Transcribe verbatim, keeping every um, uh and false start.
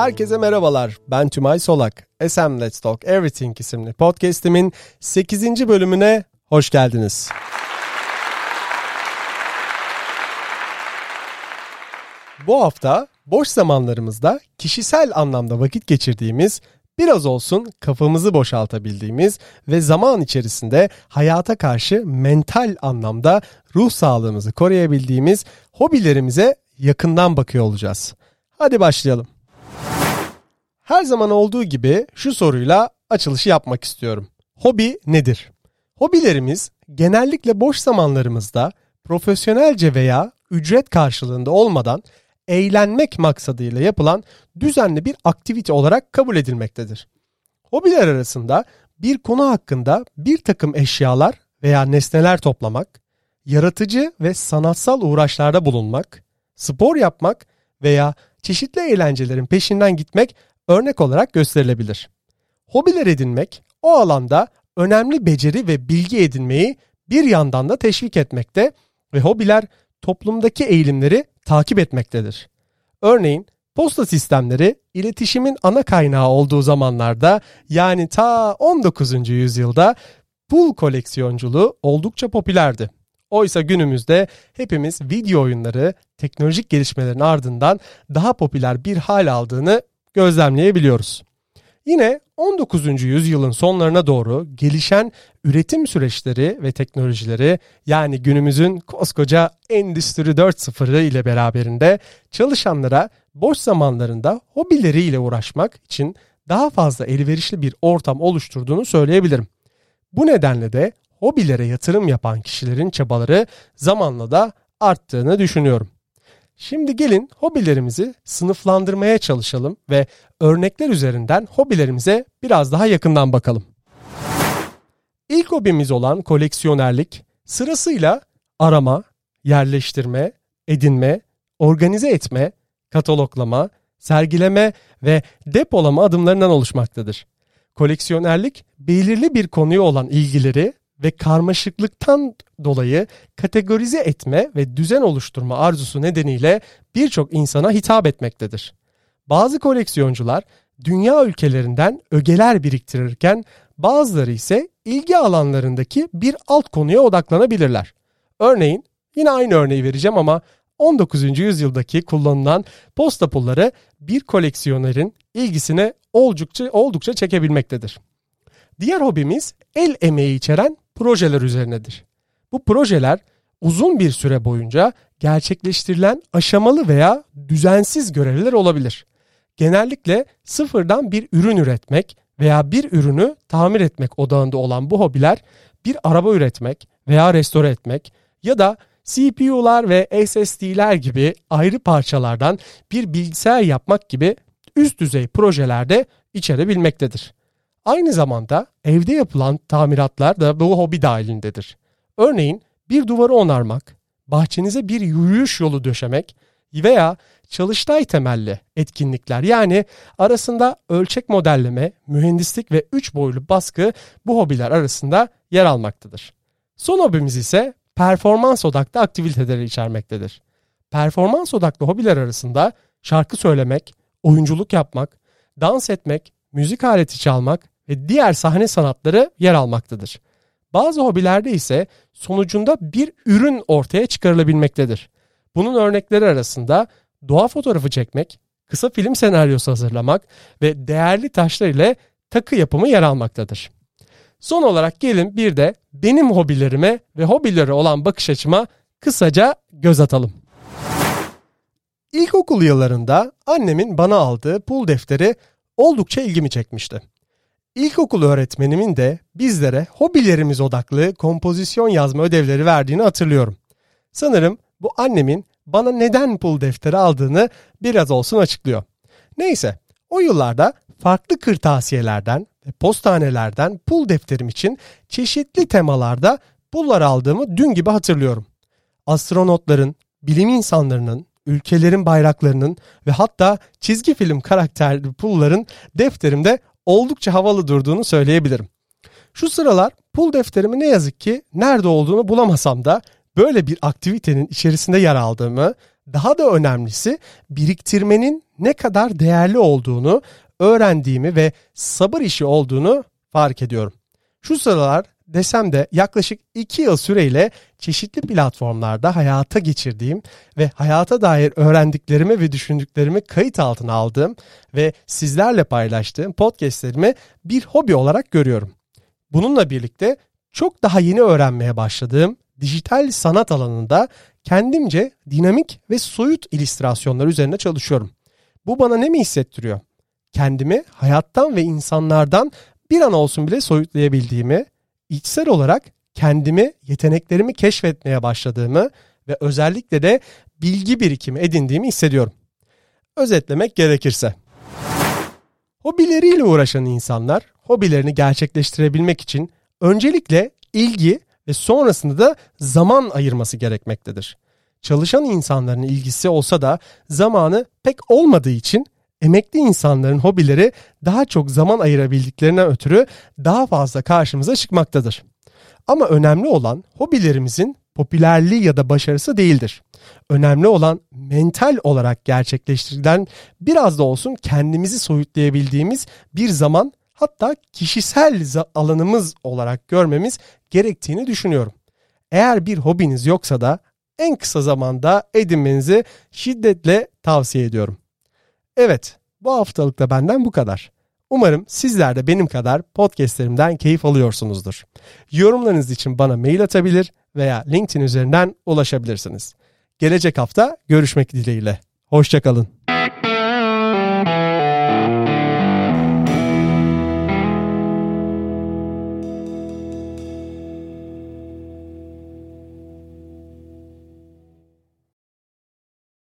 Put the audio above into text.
Herkese merhabalar, ben Tümay Solak. S M Let's Talk Everything isimli podcast'imin sekizinci bölümüne hoş geldiniz. Bu hafta boş zamanlarımızda kişisel anlamda vakit geçirdiğimiz, biraz olsun kafamızı boşaltabildiğimiz ve zaman içerisinde hayata karşı mental anlamda ruh sağlığımızı koruyabildiğimiz hobilerimize yakından bakıyor olacağız. Hadi başlayalım. Her zaman olduğu gibi şu soruyla açılışı yapmak istiyorum. Hobi nedir? Hobilerimiz genellikle boş zamanlarımızda profesyonelce veya ücret karşılığında olmadan eğlenmek maksadıyla yapılan düzenli bir aktivite olarak kabul edilmektedir. Hobiler arasında bir konu hakkında bir takım eşyalar veya nesneler toplamak, yaratıcı ve sanatsal uğraşlarda bulunmak, spor yapmak veya çeşitli eğlencelerin peşinden gitmek örnek olarak gösterilebilir. Hobiler edinmek, o alanda önemli beceri ve bilgi edinmeyi bir yandan da teşvik etmekte ve hobiler toplumdaki eğilimleri takip etmektedir. Örneğin posta sistemleri iletişimin ana kaynağı olduğu zamanlarda, yani ta on dokuzuncu yüzyılda pul koleksiyonculuğu oldukça popülerdi. Oysa günümüzde hepimiz video oyunları teknolojik gelişmelerin ardından daha popüler bir hal aldığını gözlemleyebiliyoruz. Yine on dokuzuncu yüzyılın sonlarına doğru gelişen üretim süreçleri ve teknolojileri, yani günümüzün koskoca Endüstri dört nokta sıfırı ile beraberinde çalışanlara boş zamanlarında hobileriyle uğraşmak için daha fazla elverişli bir ortam oluşturduğunu söyleyebilirim. Bu nedenle de hobilere yatırım yapan kişilerin çabaları zamanla da arttığını düşünüyorum. Şimdi gelin hobilerimizi sınıflandırmaya çalışalım ve örnekler üzerinden hobilerimize biraz daha yakından bakalım. İlk hobimiz olan koleksiyonerlik sırasıyla arama, yerleştirme, edinme, organize etme, kataloglama, sergileme ve depolama adımlarından oluşmaktadır. Koleksiyonerlik belirli bir konuya olan ilgileri ve karmaşıklıktan dolayı kategorize etme ve düzen oluşturma arzusu nedeniyle birçok insana hitap etmektedir. Bazı koleksiyoncular dünya ülkelerinden ögeler biriktirirken bazıları ise ilgi alanlarındaki bir alt konuya odaklanabilirler. Örneğin, yine aynı örneği vereceğim ama on dokuzuncu yüzyıldaki kullanılan posta pulları bir koleksiyonerin ilgisini oldukça, oldukça çekebilmektedir. Diğer hobimiz el emeği içeren projeler üzerinedir. Bu projeler uzun bir süre boyunca gerçekleştirilen aşamalı veya düzensiz görevler olabilir. Genellikle sıfırdan bir ürün üretmek veya bir ürünü tamir etmek odağında olan bu hobiler bir araba üretmek veya restore etmek ya da C P U'lar ve S S D'ler gibi ayrı parçalardan bir bilgisayar yapmak gibi üst düzey projelerde içerebilmektedir. Aynı zamanda evde yapılan tamiratlar da bu hobi dahilindedir. Örneğin bir duvarı onarmak, bahçenize bir yürüyüş yolu döşemek veya çalıştay temelli etkinlikler, yani arasında ölçek modelleme, mühendislik ve üç boyutlu baskı bu hobiler arasında yer almaktadır. Son hobimiz ise performans odaklı aktiviteleri içermektedir. Performans odaklı hobiler arasında şarkı söylemek, oyunculuk yapmak, dans etmek, müzik aleti çalmak ve diğer sahne sanatları yer almaktadır. Bazı hobilerde ise sonucunda bir ürün ortaya çıkarılabilmektedir. Bunun örnekleri arasında doğa fotoğrafı çekmek, kısa film senaryosu hazırlamak ve değerli taşlar ile takı yapımı yer almaktadır. Son olarak gelin bir de benim hobilerime ve hobileri olan bakış açıma kısaca göz atalım. İlkokul yıllarında annemin bana aldığı pul defteri oldukça ilgimi çekmişti. İlkokul öğretmenimin de bizlere hobilerimiz odaklı kompozisyon yazma ödevleri verdiğini hatırlıyorum. Sanırım bu annemin bana neden pul defteri aldığını biraz olsun açıklıyor. Neyse, o yıllarda farklı kırtasiyelerden ve postanelerden pul defterim için çeşitli temalarda pullar aldığımı dün gibi hatırlıyorum. Astronotların, bilim insanlarının, ülkelerin bayraklarının ve hatta çizgi film karakterli pulların defterimde oldukça havalı durduğunu söyleyebilirim. Şu sıralar pul defterimi ne yazık ki nerede olduğunu bulamasam da böyle bir aktivitenin içerisinde yer aldığımı, daha da önemlisi biriktirmenin ne kadar değerli olduğunu öğrendiğimi ve sabır işi olduğunu fark ediyorum. Şu sıralar desem de yaklaşık iki yıl süreyle çeşitli platformlarda hayata geçirdiğim ve hayata dair öğrendiklerimi ve düşündüklerimi kayıt altına aldığım ve sizlerle paylaştığım podcastlerimi bir hobi olarak görüyorum. Bununla birlikte çok daha yeni öğrenmeye başladığım dijital sanat alanında kendimce dinamik ve soyut illüstrasyonlar üzerine çalışıyorum. Bu bana ne mi hissettiriyor? Kendimi hayattan ve insanlardan bir an olsun bile soyutlayabildiğimi, içsel olarak kendimi, yeteneklerimi keşfetmeye başladığımı ve özellikle de bilgi birikimi edindiğimi hissediyorum. Özetlemek gerekirse, hobileriyle uğraşan insanlar, hobilerini gerçekleştirebilmek için öncelikle ilgi ve sonrasında da zaman ayırması gerekmektedir. Çalışan insanların ilgisi olsa da zamanı pek olmadığı için emekli insanların hobileri daha çok zaman ayırabildiklerine ötürü daha fazla karşımıza çıkmaktadır. Ama önemli olan hobilerimizin popülerliği ya da başarısı değildir. Önemli olan mental olarak gerçekleştirilen biraz da olsun kendimizi soyutlayabildiğimiz bir zaman, hatta kişisel alanımız olarak görmemiz gerektiğini düşünüyorum. Eğer bir hobiniz yoksa da en kısa zamanda edinmenizi şiddetle tavsiye ediyorum. Evet, bu haftalık da benden bu kadar. Umarım sizler de benim kadar podcastlerimden keyif alıyorsunuzdur. Yorumlarınız için bana mail atabilir veya LinkedIn üzerinden ulaşabilirsiniz. Gelecek hafta görüşmek dileğiyle. Hoşça kalın.